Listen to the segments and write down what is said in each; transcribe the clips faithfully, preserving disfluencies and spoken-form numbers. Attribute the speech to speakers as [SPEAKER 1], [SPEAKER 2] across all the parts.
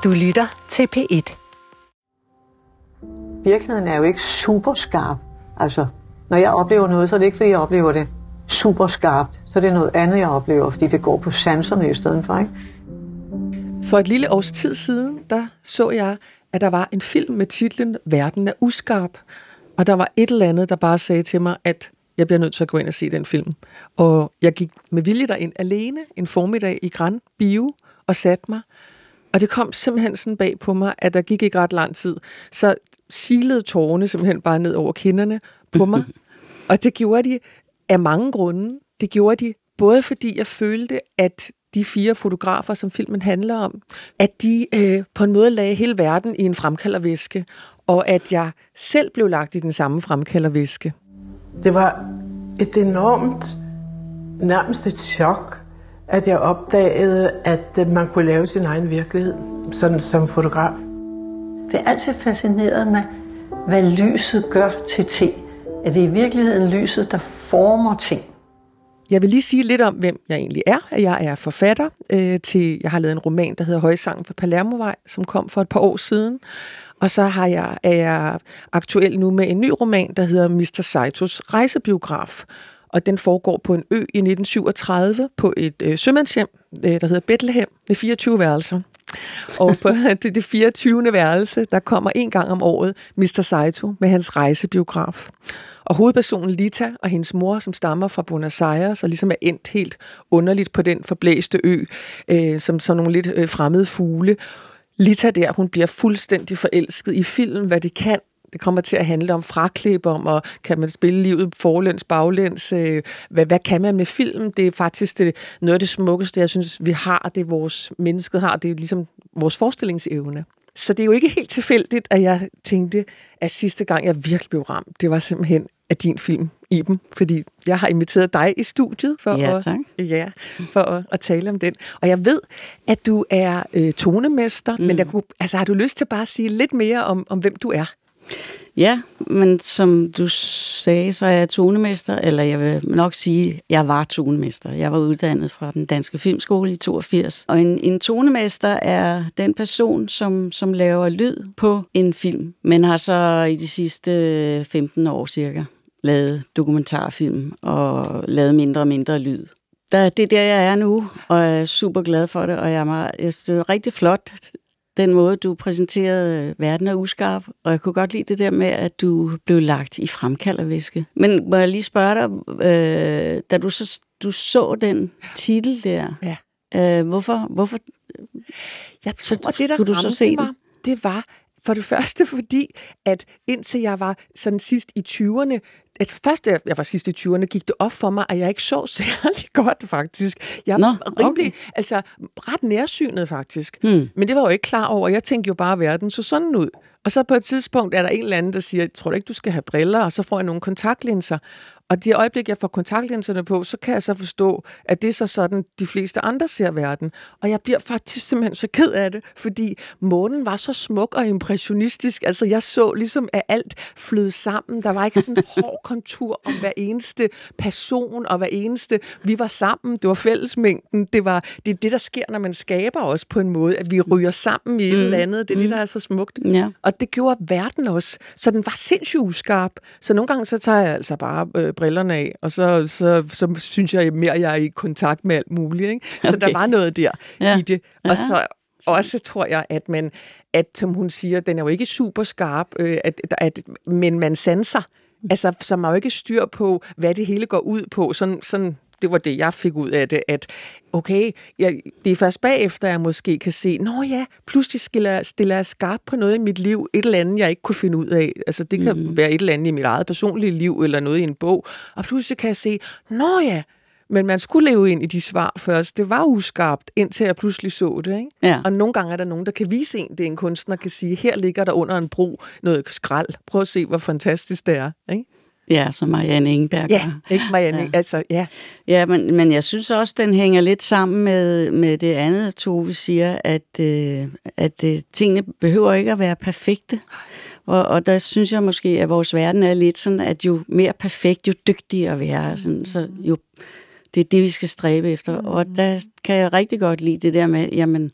[SPEAKER 1] Du lytter til P et.
[SPEAKER 2] Virkeligheden er jo ikke super skarp. Altså, når jeg oplever noget, så er det ikke, fordi jeg oplever det super skarpt. Så er det noget andet, jeg oplever, fordi det går på sanserne i stedet for, ikke?
[SPEAKER 3] For et lille års tid siden, der så jeg, at der var en film med titlen Verden er uskarp. Og der var et eller andet, der bare sagde til mig, at jeg bliver nødt til at gå ind og se den film. Og jeg gik med vilje derind alene en formiddag i Grand Bio og satte mig. Og det kom simpelthen sådan bag på mig, at der gik ikke ret lang tid. Så silede tårerne simpelthen bare ned over kinderne på mig. Og det gjorde de af mange grunde. Det gjorde de både fordi jeg følte, at de fire fotografer, som filmen handler om, at de øh, på en måde lagde hele verden i en fremkaldervæske, og at jeg selv blev lagt i den samme fremkaldervæske.
[SPEAKER 4] Det var et enormt, nærmest et chok, at jeg opdagede, at man kunne lave sin egen virkelighed, sådan som fotograf.
[SPEAKER 5] Det er altid fascineret med, hvad lyset gør til ting. At det er i virkeligheden lyset, der former ting.
[SPEAKER 3] Jeg vil lige sige lidt om, hvem jeg egentlig er. Jeg er forfatter øh, til, jeg har lavet en roman, der hedder Højsangen for Palermovej, som kom for et par år siden. Og så har jeg, er jeg aktuel nu med en ny roman, der hedder mister Saitos rejsebiograf. Og den foregår på en ø i nitten syvogtredive på et øh, sømandshjem, øh, der hedder Bethlehem, med fireogtyve værelser. Og på det fireogtyvende værelse, der kommer en gang om året mister Saito med hans rejsebiograf. Og hovedpersonen Lita og hendes mor, som stammer fra Buenos Aires, og ligesom er endt helt underligt på den forblæste ø, øh, som, som nogle lidt øh, fremmede fugle. Lita der, hun bliver fuldstændig forelsket i film, hvad det kan. Det kommer til at handle om fraklip, om, og kan man spille livet forlæns, baglæns, øh, hvad, hvad kan man med film? Det er faktisk det, noget af det smukkeste, jeg synes, vi har, det vores mennesket har, det er ligesom vores forestillingsevne. Så det er jo ikke helt tilfældigt, at jeg tænkte, at sidste gang jeg virkelig blev ramt, det var simpelthen af din film, Iben, fordi jeg har inviteret dig i studiet for,
[SPEAKER 6] ja,
[SPEAKER 3] at, ja, for at, at tale om den. Og jeg ved, at du er øh, tonemester, mm. men jeg kunne, altså, har du lyst til bare at sige lidt mere om, om hvem du er?
[SPEAKER 6] Ja, men som du sagde, så er jeg tonemester, eller jeg vil nok sige, at jeg var tonemester. Jeg var uddannet fra den Danske Filmskole i toogfirs. Og en, en tonemester er den person, som, som laver lyd på en film, men har så i de sidste femten år cirka lavet dokumentarfilm og lavet mindre og mindre lyd. Der, det er der, jeg er nu, og jeg er super glad for det, og jeg er, meget, jeg synes, det er rigtig flot, den måde, du præsenterede Verden er uskarp, og jeg kunne godt lide det der med, at du blev lagt i fremkaldervæske. Men må jeg lige spørge dig, øh, da du så, du så den titel der, ja. øh, hvorfor, hvorfor
[SPEAKER 3] jeg tror, så, det, der
[SPEAKER 6] kunne du så se
[SPEAKER 3] det var, det var for det første, fordi at indtil jeg var sådan sidst i tyverne, at først da jeg var sidst i tyverne, gik det op for mig, at jeg ikke så særlig godt, faktisk. Jeg var Nå, rimelig, okay. altså ret nærsynet, faktisk. Hmm. Men det var jeg jo ikke klar over. Jeg tænkte jo bare, at verden så sådan ud. Og så på et tidspunkt er der en eller anden, der siger, tror du ikke, du skal have briller? Og så får jeg nogle kontaktlinser. Og det øjeblik, jeg får kontaktlinserne på, så kan jeg så forstå, at det er så sådan, de fleste andre ser verden. Og jeg bliver faktisk simpelthen så ked af det, fordi månen var så smuk og impressionistisk. Altså, jeg så ligesom, at alt flød sammen. Der var ikke sådan en hård kontur om hver eneste person og hver eneste. Vi var sammen, det var fællesmængden. Det var det, er det, der sker, når man skaber også på en måde, at vi ryger sammen i et mm. eller andet. Det er mm. det, der er så smukt.
[SPEAKER 6] Ja.
[SPEAKER 3] Og det gjorde verden også. Så den var sindssygt uskarp. Så nogle gange så tager jeg altså bare øh, brillerne af, og så, så, så synes jeg mere, at jeg er i kontakt med alt muligt. Ikke? Så okay. der var noget der ja. i det. Og ja. så også tror jeg, at man, at som hun siger, den er jo ikke super skarp, øh, at, at, men man sanser. Altså, så man jo ikke styr på, hvad det hele går ud på. Sådan, sådan, det var det, jeg fik ud af det, at okay, jeg, det er først bagefter, jeg måske kan se, nå ja, pludselig stiller jeg, stiller jeg skarp på noget i mit liv, et eller andet, jeg ikke kunne finde ud af. Altså, det kan mm. være et eller andet i mit eget personlige liv, eller noget i en bog, og pludselig kan jeg se, nå ja, men man skulle leve ind i de svar først. Det var uskarpt, indtil jeg pludselig så det. Ikke?
[SPEAKER 6] Ja. Og
[SPEAKER 3] nogle gange er der nogen, der kan vise en, det en kunstner kan sige, her ligger der under en bro noget skrald. Prøv at se, hvor fantastisk det er. Ikke?
[SPEAKER 6] Ja, som Marianne Ingeberg.
[SPEAKER 3] Ja, ikke Marianne, ja. altså, ja.
[SPEAKER 6] Ja, men, men jeg synes også, den hænger lidt sammen med, med det andet, Tove siger, at, øh, at øh, tingene behøver ikke at være perfekte. Og, og der synes jeg måske, at vores verden er lidt sådan, at jo mere perfekt, jo dygtigere vi er. Sådan, så jo, det er det, vi skal stræbe efter. Og der kan jeg rigtig godt lide det der med, jamen,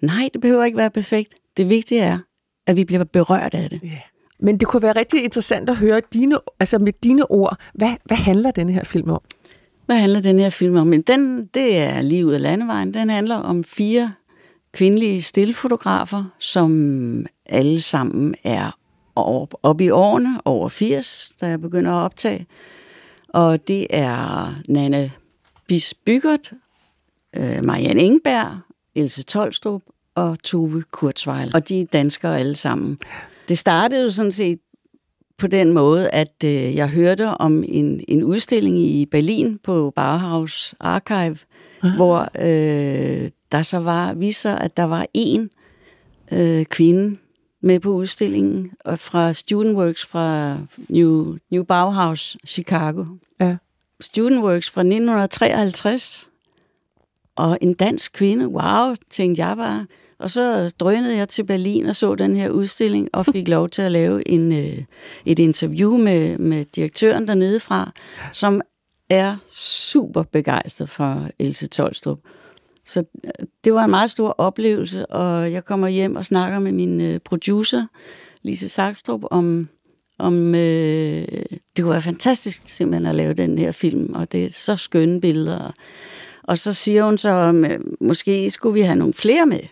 [SPEAKER 6] Nej, det behøver ikke være perfekt. Det vigtige er, at vi bliver berørt af det.
[SPEAKER 3] Yeah. Men det kunne være rigtig interessant at høre dine, altså med dine ord. Hvad, hvad handler denne her film om?
[SPEAKER 6] Hvad handler den her film om? Men den, det er lige ud af landevejen. Den handler om fire kvindelige stillfotografer, som alle sammen er oppe i årene, over firs, da jeg begynder at optage. Og det er Nanna Bis Byggert, øh, Marianne Engberg, Else Tolstrup og Tove Kurzweil. Og de er danskere alle sammen. Det startede jo sådan set på den måde, at øh, jeg hørte om en, en udstilling i Berlin på Bauhaus Archive, ah. hvor øh, der så var, viste sig, at der var en øh, kvinde med på udstillingen og fra Studentworks fra New, New Bauhaus, Chicago.
[SPEAKER 3] Ja.
[SPEAKER 6] Studentworks fra nitten treoghalvtreds. Og en dansk kvinde, wow, tænkte jeg bare. Og så drønede jeg til Berlin og så den her udstilling, og fik lov til at lave en, øh, et interview med, med direktøren dernede fra, som er super begejstret for Else Tolstrup. Så det var en meget stor oplevelse, og jeg kommer hjem og snakker med min øh, producer, Lise Saxtrup, om, om øh, det kunne være fantastisk simpelthen at lave den her film, og det er så skønne billeder. Og så siger hun så, at måske skulle vi have nogle flere med.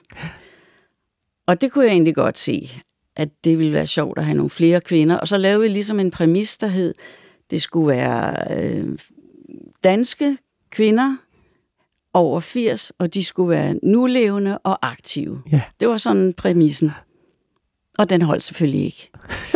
[SPEAKER 6] Og det kunne jeg egentlig godt se, at det ville være sjovt at have nogle flere kvinder. Og så lavede vi ligesom en præmis, der hed, det skulle være øh, danske kvinder over firs, og de skulle være nulevende og aktive.
[SPEAKER 3] Ja.
[SPEAKER 6] Det var sådan præmissen. Og den holdt selvfølgelig ikke.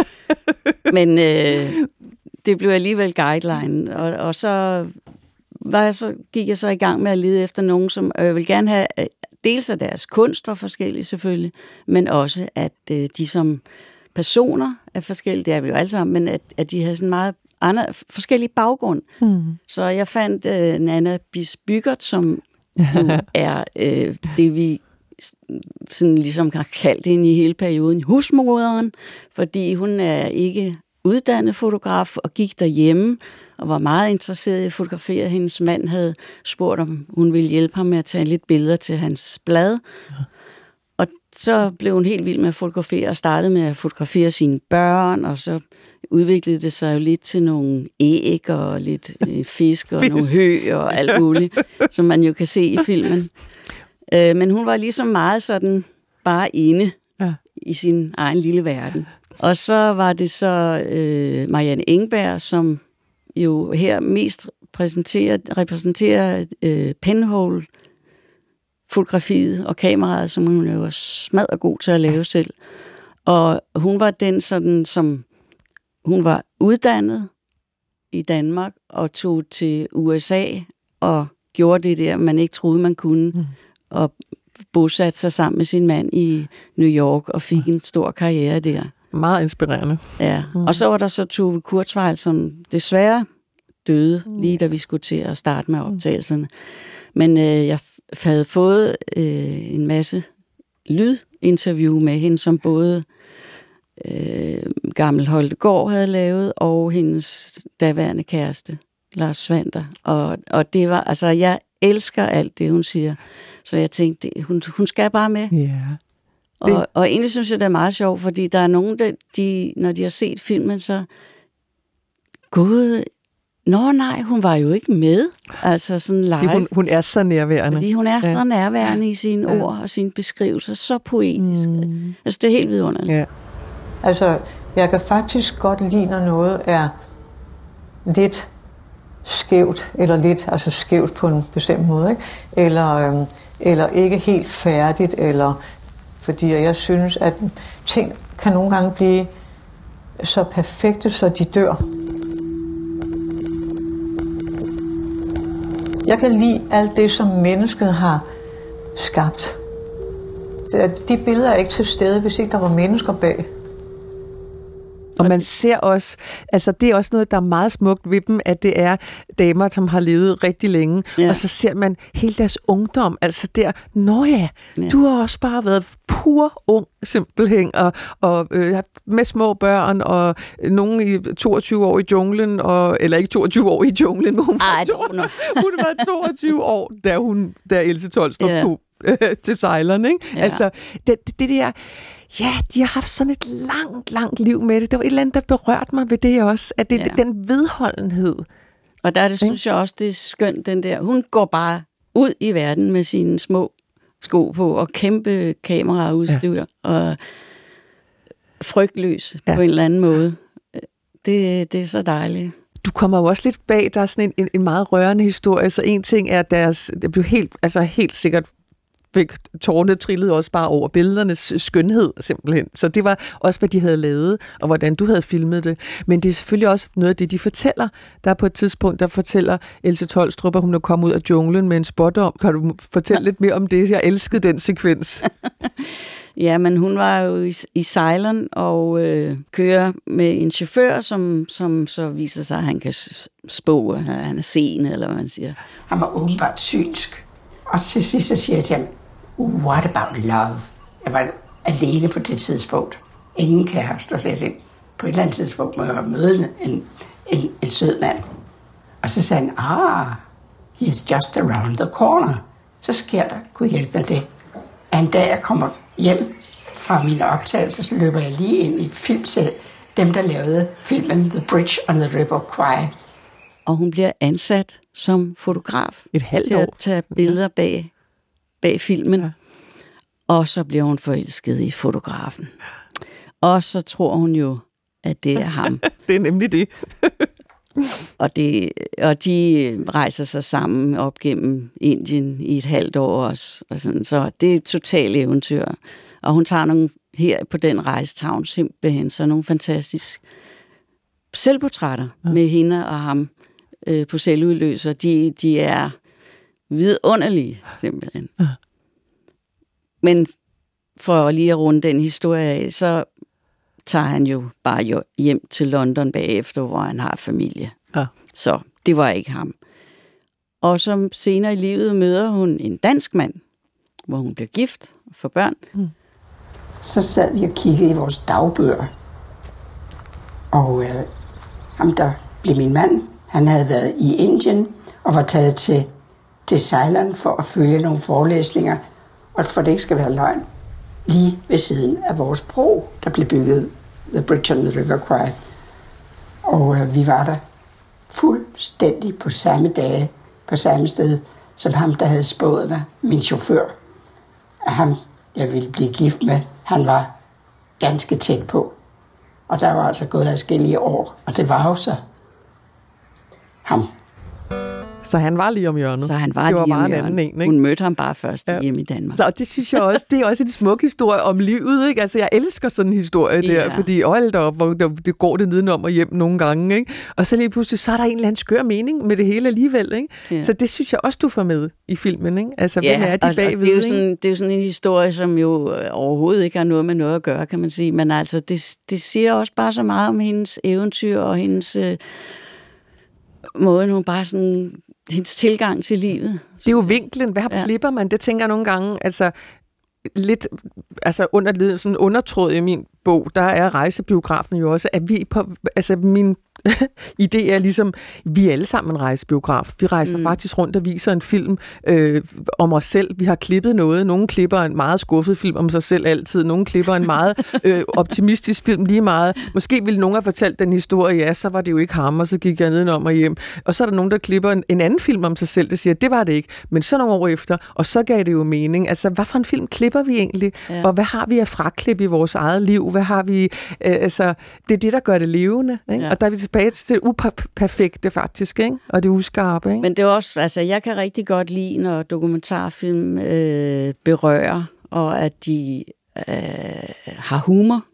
[SPEAKER 6] Men øh, det blev alligevel guideline. Og, og så, var jeg så gik jeg så i gang med at lede efter nogen, som øh, vil gerne have, dels at deres kunst var forskellig selvfølgelig, men også at øh, de som personer er forskellige, det er vi jo alle sammen, men at, at de havde sådan meget andre, forskellige baggrund. Mm. Så jeg fandt øh, Nanna Bis Byggert, som er øh, det, vi sådan ligesom har kaldt hende i hele perioden, husmoderen, fordi hun er ikke uddannet fotograf og gik derhjemme og var meget interesseret i at fotografere. Hendes mand havde spurgt, om hun ville hjælpe ham med at tage lidt billeder til hans blad. Ja. Og så blev hun helt vild med at fotografere og startede med at fotografere sine børn, og så udviklede det sig jo lidt til nogle æg og lidt øh, fisk og nogle hø og alt muligt, som man jo kan se i filmen. Øh, men hun var ligesom meget sådan bare inde ja. i sin egen lille verden. Og så var det så øh, Marianne Engberg, som jo her mest repræsenterer øh, penhole-fotografiet og kameraet, som hun jo var smadret god til at lave selv. Og hun var den sådan, som hun var uddannet i Danmark og tog til U S A og gjorde det der, man ikke troede, man kunne, mm. og bosatte sig sammen med sin mand i New York og fik en stor karriere der.
[SPEAKER 3] Meget inspirerende.
[SPEAKER 6] Ja, mm. og så var der så Tove Kurzweil, som desværre døde, mm. lige da vi skulle til at starte med optagelserne. Men øh, jeg havde fået øh, en masse lydinterview med hende, som både øh, Gammel Holtegaard havde lavet, og hendes daværende kæreste, Lars Svander. Og, og det var, altså, jeg elsker alt det, hun siger. Så jeg tænkte, hun, hun skal bare med.
[SPEAKER 3] Ja. Yeah.
[SPEAKER 6] Og, og egentlig synes jeg, det er meget sjovt, fordi der er nogen, der, de, når de har set filmen, så gud, nå nej, hun var jo ikke med. Altså sådan live.
[SPEAKER 3] Hun, hun er så nærværende.
[SPEAKER 6] Fordi hun er ja. så nærværende i sine
[SPEAKER 3] ja.
[SPEAKER 6] ord og sine beskrivelser, så poetisk. Mm. Altså det er helt vidunderligt.
[SPEAKER 2] Ja. Altså, jeg kan faktisk godt lide, når noget er lidt skævt, eller lidt, altså skævt på en bestemt måde, ikke? Eller, øhm, eller ikke helt færdigt, eller fordi jeg synes, at ting kan nogle gange blive så perfekte, så de dør. Jeg kan lide alt det, som mennesket har skabt. De billeder er ikke til stede, hvis ikke der var mennesker bag.
[SPEAKER 3] Og man ser også, altså det er også noget, der er meget smukt ved dem, at det er damer, som har levet rigtig længe, ja. og så ser man hele deres ungdom, altså der, nå ja, ja. du har også bare været pur ung, simpelthen, og, og øh, med små børn, og nogen i toogtyve år i junglen, og, eller ikke toogtyve år i junglen, men hun var,
[SPEAKER 6] Ej,
[SPEAKER 3] to, hun var toogtyve år, da, hun, da Else Tolstrup ja. tog øh, til sejleren, ikke?
[SPEAKER 6] Ja.
[SPEAKER 3] Altså, det, det, det der... Ja, de har haft sådan et langt, langt liv med det. Der var et eller andet, der berørte mig ved det også. At det,
[SPEAKER 6] Ja.
[SPEAKER 3] den vedholdenhed.
[SPEAKER 6] Og der er det, synes jeg også, det er skønt, den der. Hun går bare ud i verden med sine små sko på, og kæmpe kameraudstyr, ja. og frygtløs ja. på en eller anden måde. Det, det er så dejligt.
[SPEAKER 3] Du kommer jo også lidt bag, der er sådan en, en, en meget rørende historie, så en ting er, at deres, det blev helt, altså helt sikkert fik tårne trillet også bare over billedernes skønhed, simpelthen. Så det var også, hvad de havde lavet, og hvordan du havde filmet det. Men det er selvfølgelig også noget af det, de fortæller. Der er på et tidspunkt, der fortæller Else Tolstrup, at hun er kommet ud af junglen med en spådom. Kan du fortælle ja. lidt mere om det? Jeg elskede den sekvens.
[SPEAKER 6] Ja, men hun var jo i, i Ceylon og øh, kører med en chauffør, som, som så viser sig, at han kan spå, at han er sen, eller hvad man siger.
[SPEAKER 1] Han var åbenbart synsk. Og til sidst så siger jeg til ham, what about love? Jeg var alene på det tidspunkt. Ingen kæreste, og så jeg tænkte, på et eller andet tidspunkt må jeg møde en, en, en sød mand. Og så sagde han, ah, he's just around the corner. Så sker der, kunne hjælpe med det. Og en dag jeg kommer hjem fra mine optagelser, så løber jeg lige ind i filmsæt, dem der lavede filmen The Bridge on the River Kwai.
[SPEAKER 6] Og hun bliver ansat som fotograf.
[SPEAKER 3] Et halvt
[SPEAKER 6] til
[SPEAKER 3] år.
[SPEAKER 6] at tage billeder bag, bag filmen. Ja. Og så bliver hun forelsket i fotografen. Og så tror hun jo, at det er ham.
[SPEAKER 3] Det er nemlig det.
[SPEAKER 6] og, det. Og de rejser sig sammen op gennem Indien i et halvt år også. Og sådan. Så det er et totalt eventyr. Og hun tager nogle, her på den rejse, tager hun simpelthen så nogle fantastiske selvportrætter ja. med hende og ham øh, på selvudløser. De, de er vidunderlige, simpelthen. Ja. Men for lige at runde den historie af, så tager han jo bare hjem til London bagefter, hvor han har familie. Ja. Så det var ikke ham. Og så senere i livet møder hun en dansk mand, hvor hun bliver gift og får børn. Mm.
[SPEAKER 1] Så sad vi og kiggede i vores dagbøger. Og øh, ham, der blev min mand, han havde været i Indien og var taget til, til Ceylon for at følge nogle forelæsninger, og for det ikke skal være løgn, lige ved siden af vores bro, der blev bygget, The Bridge on the River Kwai. Og øh, vi var der fuldstændig på samme dage, på samme sted, som ham, der havde spået mig, min chauffør. Ham, jeg ville blive gift med, han var ganske tæt på. Og der var altså gået adskillige år, og det var jo så ham.
[SPEAKER 3] Så han var lige om hjørnet.
[SPEAKER 6] Så han var,
[SPEAKER 3] det var
[SPEAKER 6] lige
[SPEAKER 3] bare
[SPEAKER 6] om
[SPEAKER 3] en anden
[SPEAKER 6] hjørnet.
[SPEAKER 3] en, ikke?
[SPEAKER 6] Hun mødte ham bare først
[SPEAKER 3] ja.
[SPEAKER 6] hjemme i Danmark.
[SPEAKER 3] Så det synes jeg også, det er også en smuk historie om livet, ikke? Altså, jeg elsker sådan en historie der,
[SPEAKER 6] ja.
[SPEAKER 3] fordi hold da op, hvor det går det nedenom og hjem nogle gange, ikke? Og så lige pludselig, så er der en eller anden skør mening med det hele alligevel, ikke? Ja. Så det synes jeg også, du får med i filmen, ikke? Altså,
[SPEAKER 6] ja,
[SPEAKER 3] hvem er de
[SPEAKER 6] og,
[SPEAKER 3] bagved,
[SPEAKER 6] og det, er jo
[SPEAKER 3] ikke?
[SPEAKER 6] sådan, det er jo sådan en historie, som jo overhovedet ikke har noget med noget at gøre, kan man sige. Men altså, det, det siger også bare så meget om hendes eventyr og hendes øh, måde, hun bare sådan... hendes tilgang til livet.
[SPEAKER 3] Det er jo vinklen. Hvad
[SPEAKER 6] ja.
[SPEAKER 3] klipper man? Det tænker jeg nogle gange, altså lidt altså under sådan undertråd i min bog, der er rejsebiografen jo også, at vi på, altså min idé er ligesom, vi er alle sammen en rejsebiograf. Vi rejser mm. faktisk rundt og viser en film øh, om os selv. Vi har klippet noget. Nogle klipper en meget skuffet film om sig selv altid. Nogle klipper en meget øh, optimistisk film lige meget. Måske ville nogen have fortalt den historie, ja, så var det jo ikke ham, og så gik jeg nedenom og hjem. Og så er der nogen, der klipper en, en anden film om sig selv, der siger, det var det ikke. Men så nogle år efter, og så gav det jo mening. Altså, hvad for en film klipper vi egentlig? Ja. Og hvad har vi af fraklip i vores eget liv? Hvad har vi? Øh, altså, det er det, der gør det levende. Ikke? Ja. Og der er vi tilbage til det uperfekte faktisk, ikke? Og det uskarpe. Ikke?
[SPEAKER 6] Men det er også, altså jeg kan rigtig godt lide, når dokumentarfilm øh, berører, og at de øh, har humor.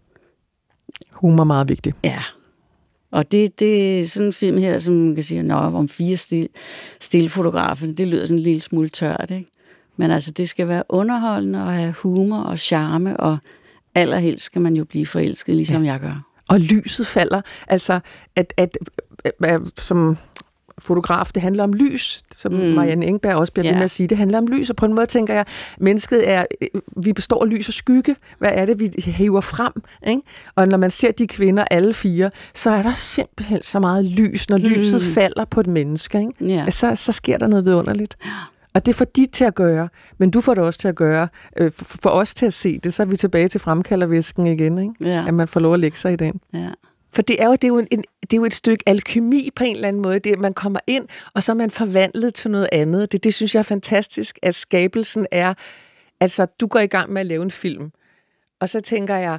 [SPEAKER 3] Humor er meget vigtigt.
[SPEAKER 6] Ja. Og det, det er sådan en film her, som man kan sige, nå, om fire stil, stilfotografer, det lyder sådan en lille smule tørt, ikke? Men altså, det skal være underholdende og have humor og charme, og allerhelst skal man jo blive forelsket, ligesom ja. jeg gør.
[SPEAKER 3] Og lyset falder. Altså, at, at, at, at som fotograf, det handler om lys, som mm. Marianne Engberg også bliver yeah. ved med at sige. Det handler om lys, og på en måde tænker jeg, mennesket er, vi består af lys og skygge. Hvad er det, vi hæver frem? Ikke? Og når man ser de kvinder, alle fire, så er der simpelthen så meget lys. Når lyset mm. falder på et menneske, ikke? Yeah. Så, så sker der noget vidunderligt. Og det får de til at gøre, men du får det også til at gøre, øh, for, for os til at se det, så er vi tilbage til fremkaldervæsken igen, ikke?
[SPEAKER 6] Ja.
[SPEAKER 3] At man får lov at lægge sig i den.
[SPEAKER 6] Ja.
[SPEAKER 3] For det er, jo, det, er jo en, det er jo et stykke alkymi på en eller anden måde. Det er, at man kommer ind, og så er man forvandlet til noget andet. Det, det synes jeg er fantastisk, at skabelsen er, altså du går i gang med at lave en film, og så tænker jeg,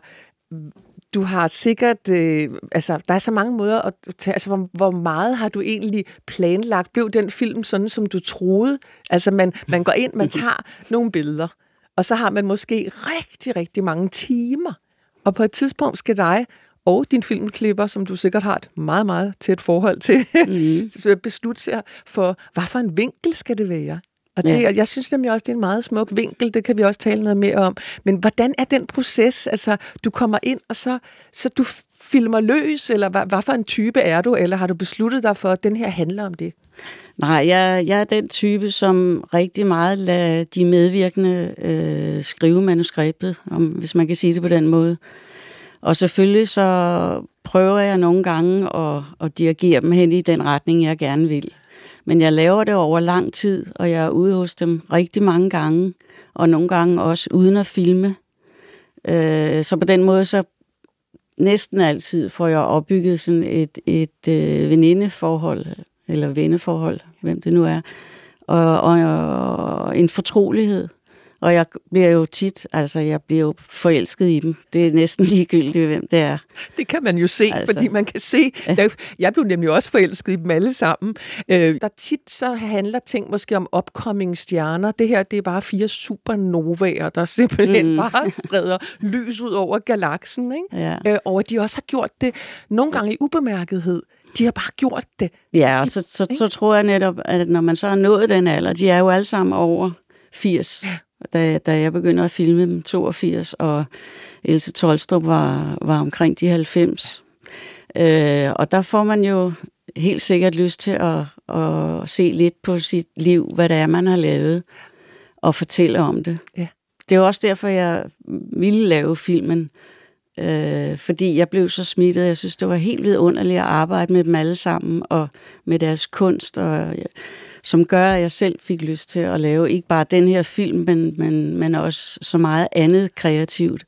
[SPEAKER 3] du har sikkert, øh, altså der er så mange måder at tage, altså hvor, hvor meget har du egentlig planlagt? Blev den film sådan, som du troede? Altså man, man går ind, man tager nogle billeder, og så har man måske rigtig, rigtig mange timer, og på et tidspunkt skal dig og din filmklipper, som du sikkert har et meget, meget tæt forhold til, mm. beslutte sig for, hvad for en vinkel skal det være? Og det, ja. Jeg synes nemlig også, det er en meget smuk vinkel, det kan vi også tale noget mere om. Men hvordan er den proces? Altså, du kommer ind, og så, så du filmer løs, eller hvad, hvad for en type er du, eller har du besluttet dig for, at den her handler om det?
[SPEAKER 6] Nej, jeg, jeg er den type, som rigtig meget lader de medvirkende øh, skrive manuskriptet, om, hvis man kan sige det på den måde. Og selvfølgelig så prøver jeg nogle gange at, at dirigere dem hen i den retning, jeg gerne vil. Men jeg laver det over lang tid, og jeg er ude hos dem rigtig mange gange, og nogle gange også uden at filme. Øh, så på den måde, så næsten altid får jeg opbygget sådan et, et øh, venindeforhold, eller venneforhold, hvem det nu er, og, og, og en fortrolighed. Og jeg bliver jo tit, altså jeg bliver jo forelsket i dem. Det er næsten ligegyldigt, hvem det er.
[SPEAKER 3] Det kan man jo se, altså, fordi man kan se. Jeg, jeg blev nemlig også forelsket i dem alle sammen. Øh, der tit så handler ting måske om upcoming stjerner. Det her, det er bare fire supernovaer, der simpelthen mm. bare spreder lys ud over galaksen, ikke?
[SPEAKER 6] Ja.
[SPEAKER 3] Øh, og de også har gjort det nogle gange i ubemærkethed. De har bare gjort det.
[SPEAKER 6] Ja, og så, så, så tror jeg netop, at når man så har nået den alder, de er jo alle sammen over firs. Ja. Da, da jeg begyndte at filme dem toogfirs, og Else Tolstrup var, var omkring de halvfems. Øh, og der får man jo helt sikkert lyst til at, at se lidt på sit liv, hvad det er, man har lavet, og fortælle om det. Ja. Det er også derfor, jeg ville lave filmen, øh, fordi jeg blev så smittet. Jeg synes, det var helt vidunderligt at arbejde med dem alle sammen, og med deres kunst, og som gør, at jeg selv fik lyst til at lave ikke bare den her film, men, men, men også så meget andet kreativt.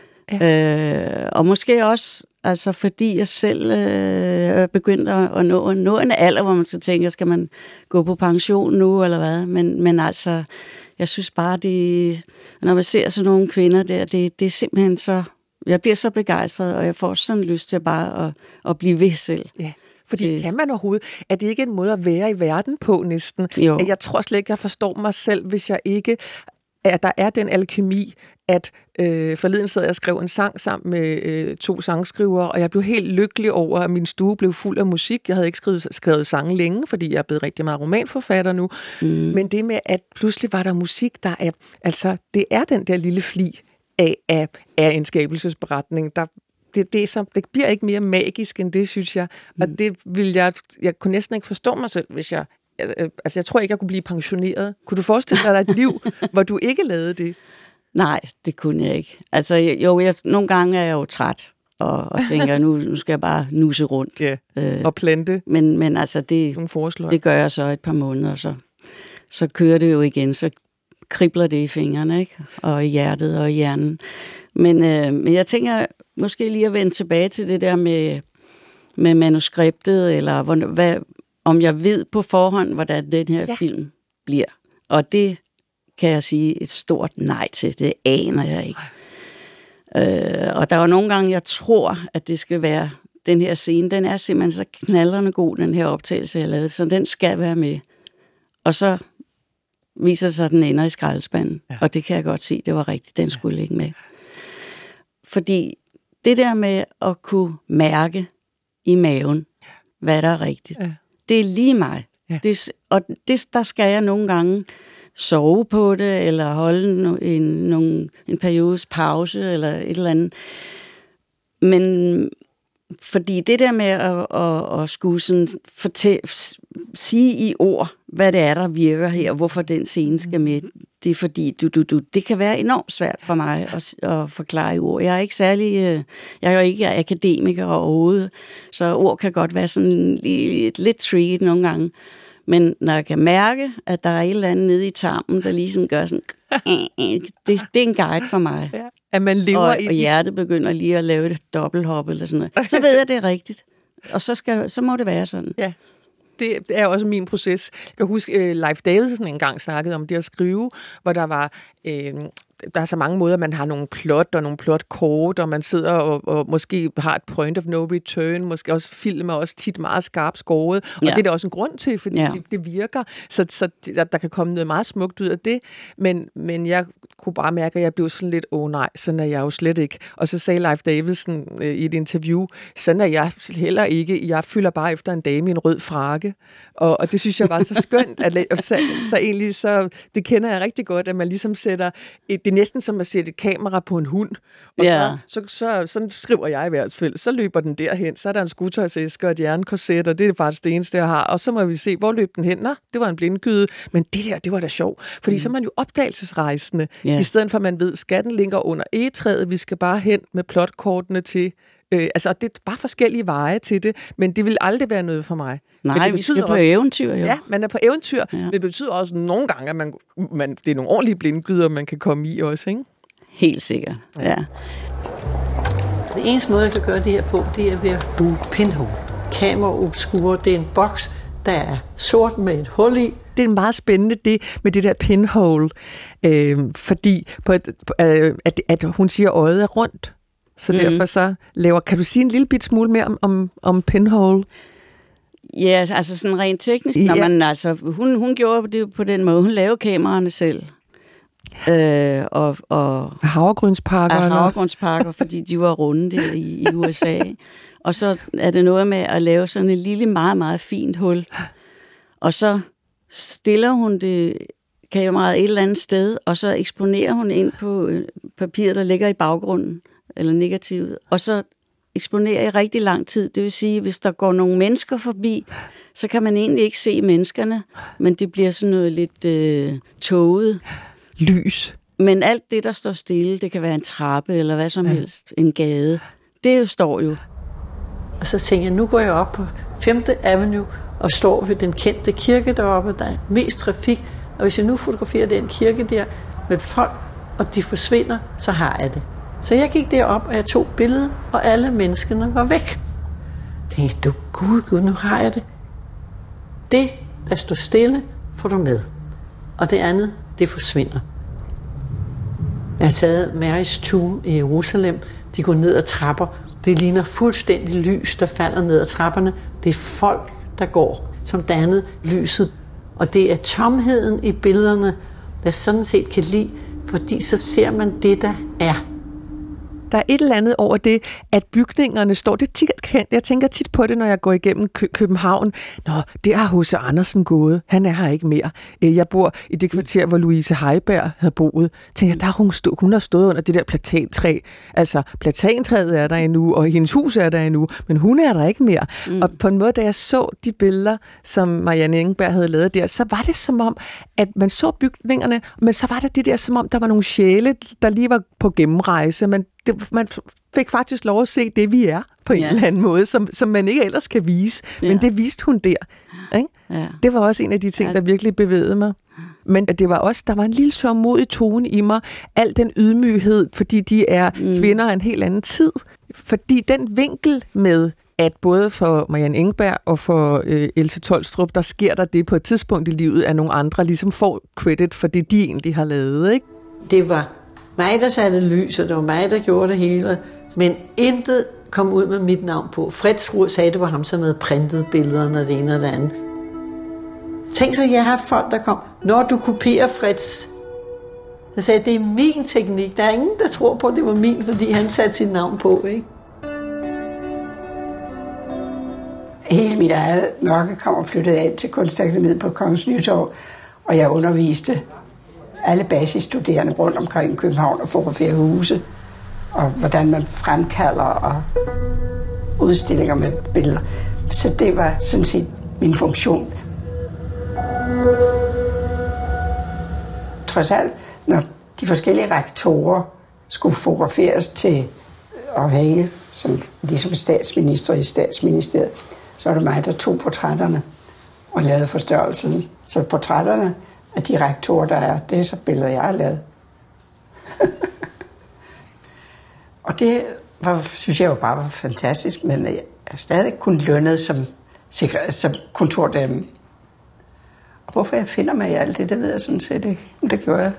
[SPEAKER 6] Ja. Øh, og måske også, altså fordi jeg selv øh, begyndte at nå, nå en alder, hvor man så tænker, skal man gå på pension nu, eller hvad? Men, men altså, jeg synes bare, det, når man ser sådan nogle kvinder der, det, det er simpelthen så, jeg bliver så begejstret, og jeg får sådan lyst til bare at, at blive ved selv.
[SPEAKER 3] Ja. Fordi det. Kan man overhovedet, er det ikke en måde at være i verden på næsten?
[SPEAKER 6] Jo.
[SPEAKER 3] Jeg tror slet ikke, jeg forstår mig selv, hvis jeg ikke, at der er den alkemi, at øh, forleden sad jeg og skrev en sang sammen med øh, to sangskrivere, og jeg blev helt lykkelig over, at min stue blev fuld af musik. Jeg havde ikke skrevet, skrevet sange længe, fordi jeg er blevet rigtig meget romanforfatter nu. Mm. Men det med, at pludselig var der musik, der er, altså det er den der lille fli af, af, af en skabelsesberetning, der Det, det, er så, det bliver ikke mere magisk end det, synes jeg. Og det vil jeg... Jeg kunne næsten ikke forstå mig selv, hvis jeg... Altså, jeg tror ikke, jeg kunne blive pensioneret. Kunne du forestille dig, at der er et liv, hvor du ikke lavede det?
[SPEAKER 6] Nej, det kunne jeg ikke. Altså, jo, jeg, nogle gange er jeg jo træt, og, og tænker, nu, nu skal jeg bare nuse rundt.
[SPEAKER 3] Ja, øh, og plante.
[SPEAKER 6] Men, men altså, det, det gør jeg så et par måneder, så, så kører det jo igen, så kribler det i fingrene, ikke? Og i hjertet og i hjernen. Men, øh, men jeg tænker måske lige at vende tilbage til det der med, med manuskriptet, eller hvor, hvad, om jeg ved på forhånd, hvordan den her ja. film bliver. Og det kan jeg sige et stort nej til. Det aner jeg ikke. Øh, og der er jo nogle gange, jeg tror, at det skal være den her scene. Den er simpelthen så knaldrende god, den her optagelse, jeg har lavet. Så den skal være med. Og så viser sig, at den ender i skraldespanden. Ja. Og det kan jeg godt se, det var rigtigt. Den skulle ligge med. Fordi det der med at kunne mærke i maven, hvad der er rigtigt, ja. det er lige mig. Ja. Det, og det, der skal jeg nogle gange sove på det, eller holde en, en, en periodes pause, eller et eller andet. Men fordi det der med at, at, at skulle sådan fortælle, sige i ord, hvad det er, der virker her, hvorfor den scene skal med, det er fordi, du, du, du, det kan være enormt svært for mig at, at forklare i ord. Jeg er ikke særlig, jeg er jo ikke akademiker overhovedet, så ord kan godt være sådan lidt, lidt tricky nogle gange. Men når jeg kan mærke, at der er et eller andet nede i tarmen, der lige sådan gør sådan, det, det er en guide for mig.
[SPEAKER 3] Ja, at man lever
[SPEAKER 6] og,
[SPEAKER 3] i...
[SPEAKER 6] og hjertet begynder lige at lave et dobbelthop eller sådan noget. Så ved jeg, det er rigtigt. Og så, skal, så må det være sådan.
[SPEAKER 3] Ja. Det er også min proces. Jeg kan huske, uh, Leif Davidsen engang snakkede om det at skrive, hvor der var... Øh, der er så mange måder, man har nogle plot og nogle plotkort, og man sidder og, og måske har et point of no return, måske også filmer også tit meget skarpt skåret, og ja. Det er der også en grund til, fordi ja. det, det virker, så, så der, der kan komme noget meget smukt ud af det, men, men jeg kunne bare mærke, at jeg blev sådan lidt, åh oh, nej, sådan er jeg jo slet ikke. Og så sagde Leif Davidsen øh, i et interview, sådan er jeg heller ikke, jeg fylder bare efter en dame i en rød frakke, og, og det synes jeg var så skønt, at, at så, så egentlig, så, det kender jeg rigtig godt, at man ligesom sætter et det er næsten som at sætte et kamera på en hund, og ja. så, så, så sådan skriver jeg i hvert fald. Så løber den derhen, så er der en skudtøjsæske og et jernkorset, og det er faktisk det eneste, jeg har. Og så må vi se, hvor løb den hen? Nå, det var en blindgyde, men det der, det var da sjovt. Fordi mm. så er man jo opdagelsesrejsende, yeah. i stedet for at man ved, skatten ligger under egetræet, vi skal bare hen med plotkortene til. Øh, altså, det er bare forskellige veje til det, men det vil aldrig være noget for mig.
[SPEAKER 6] Nej, vi skal på også, eventyr, jo.
[SPEAKER 3] Ja, man er på eventyr. Ja. Det betyder også nogle gange, at man, man, det er nogle ordentlige blindgyder, man kan komme i også, ikke?
[SPEAKER 6] Helt sikkert, ja. ja.
[SPEAKER 5] Den eneste måde, jeg kan gøre det her på, det er ved at bruge pinhole. Camera obscure, det er en boks, der er sort med et hul i.
[SPEAKER 3] Det er meget spændende, det med det der pinhole, øh, fordi på et, øh, at, at hun siger, at øjet er rundt. Så mm. derfor så laver... Kan du sige en lille bit smule mere om, om, om pinhole?
[SPEAKER 6] Ja, altså sådan rent teknisk. Ja. Nå, men altså, hun, hun gjorde det på den måde. Hun lavede kameraerne selv. Øh, og, og
[SPEAKER 3] havregrynspakker.
[SPEAKER 6] Af havregrynspakker, fordi de var runde der i, i U S A. Og så er det noget med at lave sådan et lille, meget, meget fint hul. Og så stiller hun det kameraet et eller andet sted, og så eksponerer hun ind på papiret, der ligger i baggrunden, eller negativet, og så eksponerer i rigtig lang tid. Det vil sige, hvis der går nogle mennesker forbi, så kan man egentlig ikke se menneskerne, men det bliver sådan noget lidt øh, tåget.
[SPEAKER 3] Lys.
[SPEAKER 6] Men alt det, der står stille, det kan være en trappe, eller hvad som ja. helst, en gade, det jo står jo.
[SPEAKER 5] Og så tænker jeg, nu går jeg op på femte Avenue, og står ved den kendte kirke deroppe, der er mest trafik, og hvis jeg nu fotograferer den kirke der med folk, og de forsvinder, så har jeg det. Så jeg gik derop, og jeg tog billeder, og alle menneskene var væk. Jeg tænkte, du gud, gud, nu har jeg det. Det, der står stille, får du med. Og det andet, det forsvinder. Jeg har taget Marys tomb i Jerusalem. De går ned ad trapper. Det ligner fuldstændig lys, der falder ned ad trapperne. Det er folk, der går, som dannede lyset. Og det er tomheden i billederne, der sådan set kan lide, fordi så ser man det, der er.
[SPEAKER 3] Der er et eller andet over det, at bygningerne står... Det tit, jeg tænker tit på det, når jeg går igennem Kø- København. Nå, det har H C Andersen gået. Han er her ikke mere. Jeg bor i det kvarter, hvor Louise Heiberg havde boet. Tænker jeg, der har hun, stå, hun har stået under det der platantræ. Altså, platantræet er der endnu, og hendes hus er der endnu, men hun er der ikke mere. Mm. Og på en måde, da jeg så de billeder, som Marianne Engberg havde lavet der, så var det som om, at man så bygningerne, men så var det det der, som om der var nogle sjæle, der lige var på gennemrejse. Man Det, man fik faktisk lov at se det, vi er, på en ja. eller anden måde, som, som man ikke ellers kan vise. Ja. Men det viste hun der. Ikke? Ja. Det var også en af de ting, der virkelig bevægede mig. Men det var også, der var en lille sørgmodig tone i mig. Al den ydmyghed, fordi de er mm. kvinder af en helt anden tid. Fordi den vinkel med, at både for Marianne Engberg og for øh, Else Tolstrup, der sker der det på et tidspunkt i livet, at nogle andre ligesom får credit for det, de egentlig har lavet. Ikke?
[SPEAKER 5] Det var mig, der satte lys, og det var mig, der gjorde det hele. Men intet kom ud med mit navn på. Freds Rud sagde, det var ham, som havde printet billederne, det ene og det andet. Tænk så, jeg har folk, der kom. Når du kopierer Freds, så sagde jeg, det er min teknik. Der er ingen, der tror på, at det var min, fordi han satte sit navn på, ikke?
[SPEAKER 1] Hele mit eget mørkekammer flyttede af til Kunstakademiet på Kongens Nytorv, og jeg underviste alle basisstuderende rundt omkring København og fotograferer huse, og hvordan man fremkalder og udstillinger med billeder. Så det var sådan set min funktion. Trods alt, når de forskellige rektorer skulle fotograferes til at have som ligesom statsminister i statsministeriet, så var det mig, der tog portrætterne. og lavede forstørrelsen. Så portrætterne af de rektorer, der er, det er så billeder, jeg har lavet. Og det var, synes jeg jo bare var fantastisk, men jeg er stadig kun lønnet som, som kontordame. Og hvorfor jeg finder mig i alt det, det ved jeg sådan set ikke. Men det gjorde jeg.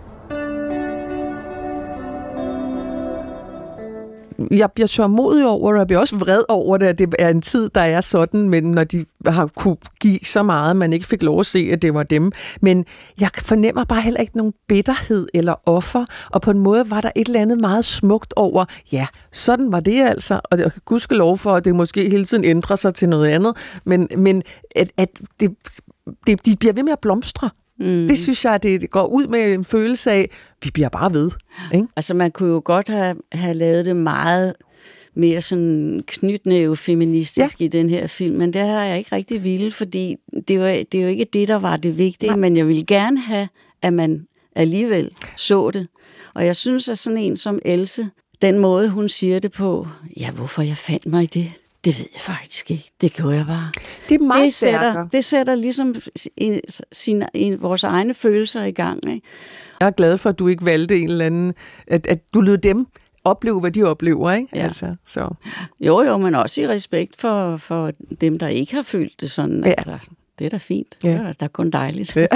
[SPEAKER 3] Jeg bliver sørgmodig over det, og jeg bliver også vred over det, at det er en tid, der er sådan, men når de har kunne give så meget, man ikke fik lov at se, at det var dem. Men jeg fornemmer bare heller ikke nogen bitterhed eller offer, og på en måde var der et eller andet meget smukt over, ja, sådan var det altså, og jeg kan gudskelov for, at det måske hele tiden ændrer sig til noget andet, men, men at, at det, det, de bliver ved med at blomstre. Mm. Det synes jeg, det går ud med en følelse af, vi bliver bare ved. Ikke?
[SPEAKER 6] Altså man kunne jo godt have, have lavet det meget mere sådan knytnæve feministisk ja. i den her film, men det har jeg ikke rigtig ville, fordi det var, det er jo ikke det, der var det vigtige, Nej. men jeg ville gerne have, at man alligevel så det. Og jeg synes, at sådan en som Else, den måde, hun siger det på, ja, hvorfor jeg fandt mig i det, det ved jeg faktisk ikke. Det gjorde jeg bare.
[SPEAKER 3] Det er meget
[SPEAKER 6] det sætter, det sætter ligesom en, sin, en, vores egne følelser i gang. Ikke?
[SPEAKER 3] Jeg er glad for, at du ikke valgte en eller anden, at, at du lød dem opleve, hvad de oplever. Ikke?
[SPEAKER 6] Ja.
[SPEAKER 3] Altså, så.
[SPEAKER 6] Jo, jo, men også i respekt for, for dem, der ikke har følt det sådan.
[SPEAKER 3] Ja.
[SPEAKER 6] Altså, det er da fint.
[SPEAKER 3] Ja.
[SPEAKER 6] Det er da kun dejligt.
[SPEAKER 3] Ja.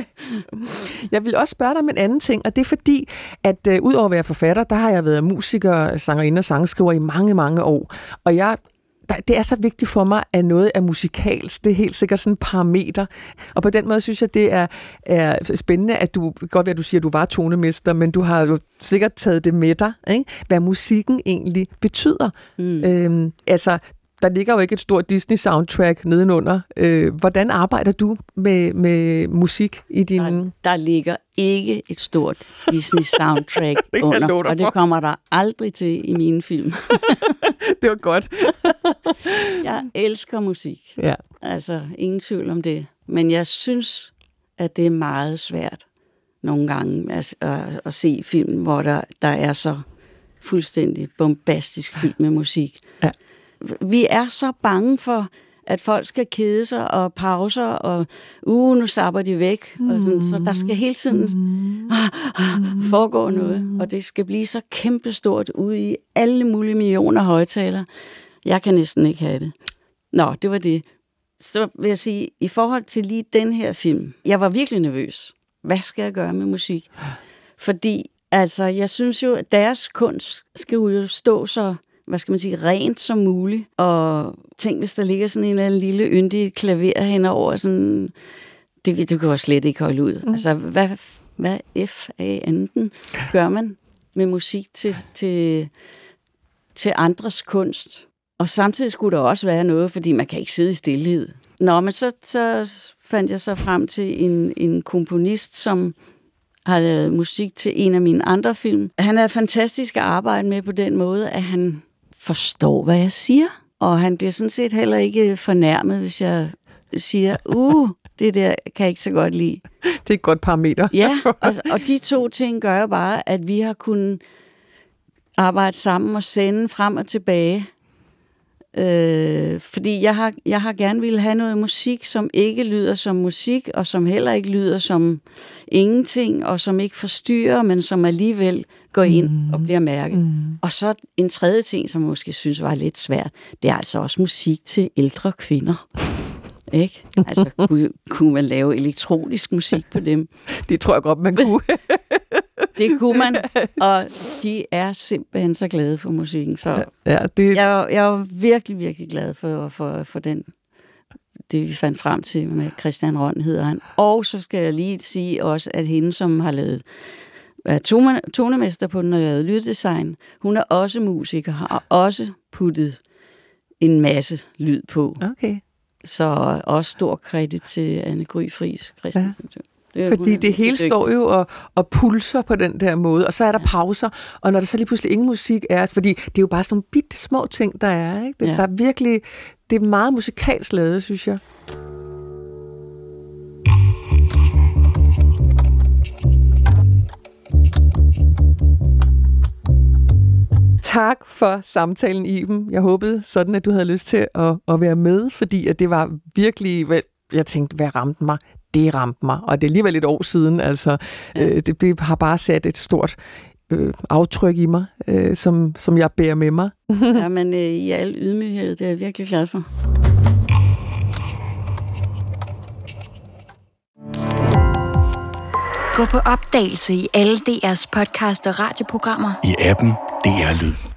[SPEAKER 3] Jeg vil også spørge dig om en anden ting, og det er fordi, at uh, ud over at være forfatter, der har jeg været musiker, sangerinde og sangskriver i mange, mange år. Og jeg det er så vigtigt for mig, at noget er musikalsk. Det er helt sikkert sådan en parameter. Og på den måde synes jeg, det er, er spændende, at du, godt ved, at du siger, at du var tonemester, men du har jo sikkert taget det med dig, ikke? Hvad musikken egentlig betyder. Mm. Øhm, altså, der ligger jo ikke et stort Disney-soundtrack nedenunder. Øh, hvordan arbejder du med, med musik i din...
[SPEAKER 6] Der, der ligger ikke et stort Disney-soundtrack under, og det kommer der aldrig til i mine film.
[SPEAKER 3] Det var godt.
[SPEAKER 6] Jeg elsker musik.
[SPEAKER 3] Ja.
[SPEAKER 6] Altså, ingen tvivl om det. Men jeg synes, at det er meget svært nogle gange at, at, at se film, hvor der, der er så fuldstændig bombastisk fyldt med musik.
[SPEAKER 3] Ja.
[SPEAKER 6] Vi er så bange for, at folk skal kede sig og pauser, og uh, nu sapper de væk. Og sådan, så der skal hele tiden ah, ah, foregå noget, og det skal blive så kæmpestort ude i alle mulige millioner højtalere. Jeg kan næsten ikke have det. Nå, det var det. Så vil jeg sige, i forhold til lige den her film, jeg var virkelig nervøs. Hvad skal jeg gøre med musik? Fordi, altså, jeg synes jo, at deres kunst skal jo stå så, hvad skal man sige, rent som muligt. Og tænk, hvis der ligger sådan en eller anden lille yndig klaver henover, sådan, det, det kan jo slet ikke holde ud. Mm. Altså, hvad, hvad F A anden gør man med musik til, til, til andres kunst? Og samtidig skulle der også være noget, fordi man kan ikke sidde i stilhed. Nå, men så, så fandt jeg så frem til en, en komponist, som har lavet musik til en af mine andre film. Han er fantastisk at arbejde med på den måde, at han forstår, hvad jeg siger. Og han bliver sådan set heller ikke fornærmet, hvis jeg siger, uh, det der kan jeg ikke så godt lide.
[SPEAKER 3] Det er et godt parameter.
[SPEAKER 6] Ja, og, og de to ting gør jo bare, at vi har kunnet arbejde sammen og sende frem og tilbage. Øh, fordi jeg har, jeg har gerne ville have noget musik, som ikke lyder som musik, og som heller ikke lyder som ingenting, og som ikke forstyrrer, men som alligevel går ind mm. og bliver mærket. Mm. Og så en tredje ting, som jeg måske synes var lidt svært, det er altså også musik til ældre kvinder. Ikke? Altså, kunne, kunne man lave elektronisk musik på dem?
[SPEAKER 3] Det tror jeg godt, man kunne.
[SPEAKER 6] Det kunne man, og de er simpelthen så glade for musikken. Så
[SPEAKER 3] ja, det...
[SPEAKER 6] jeg, jeg er virkelig, virkelig glad for, for, for den, det vi fandt frem til med Christian Rønn, hedder han. Og så skal jeg lige sige også, at hende, som har lavet er tone, tonemester på den og lavet lyddesign, hun er også musiker, har også puttet en masse lyd på.
[SPEAKER 3] Okay.
[SPEAKER 6] Så også stor kredit til Anne Gry Friis Christensen. Ja.
[SPEAKER 3] Det Fordi det hele står jo og, og pulser på den der måde, og så er der pauser, og når der så lige pludselig ingen musik er, fordi det er jo bare sådan nogle bitte små ting, der er, ikke? Det, ja. Der er virkelig, det er meget musikalsk lavet, synes jeg. Tak for samtalen, Iben. Jeg håbede sådan, at du havde lyst til at, at være med, fordi at det var virkelig... jeg tænkte, hvad ramte mig? Det ramte mig, og det er alligevel et år siden. Altså, ja. øh, det, det har bare sat et stort øh, aftryk i mig, øh, som, som jeg bærer med mig.
[SPEAKER 6] Ja, men øh, i al ydmyghed, det er jeg virkelig glad for.
[SPEAKER 7] Gå på opdagelse i alle D R's podcast og radioprogrammer.
[SPEAKER 8] I appen D R Lyd.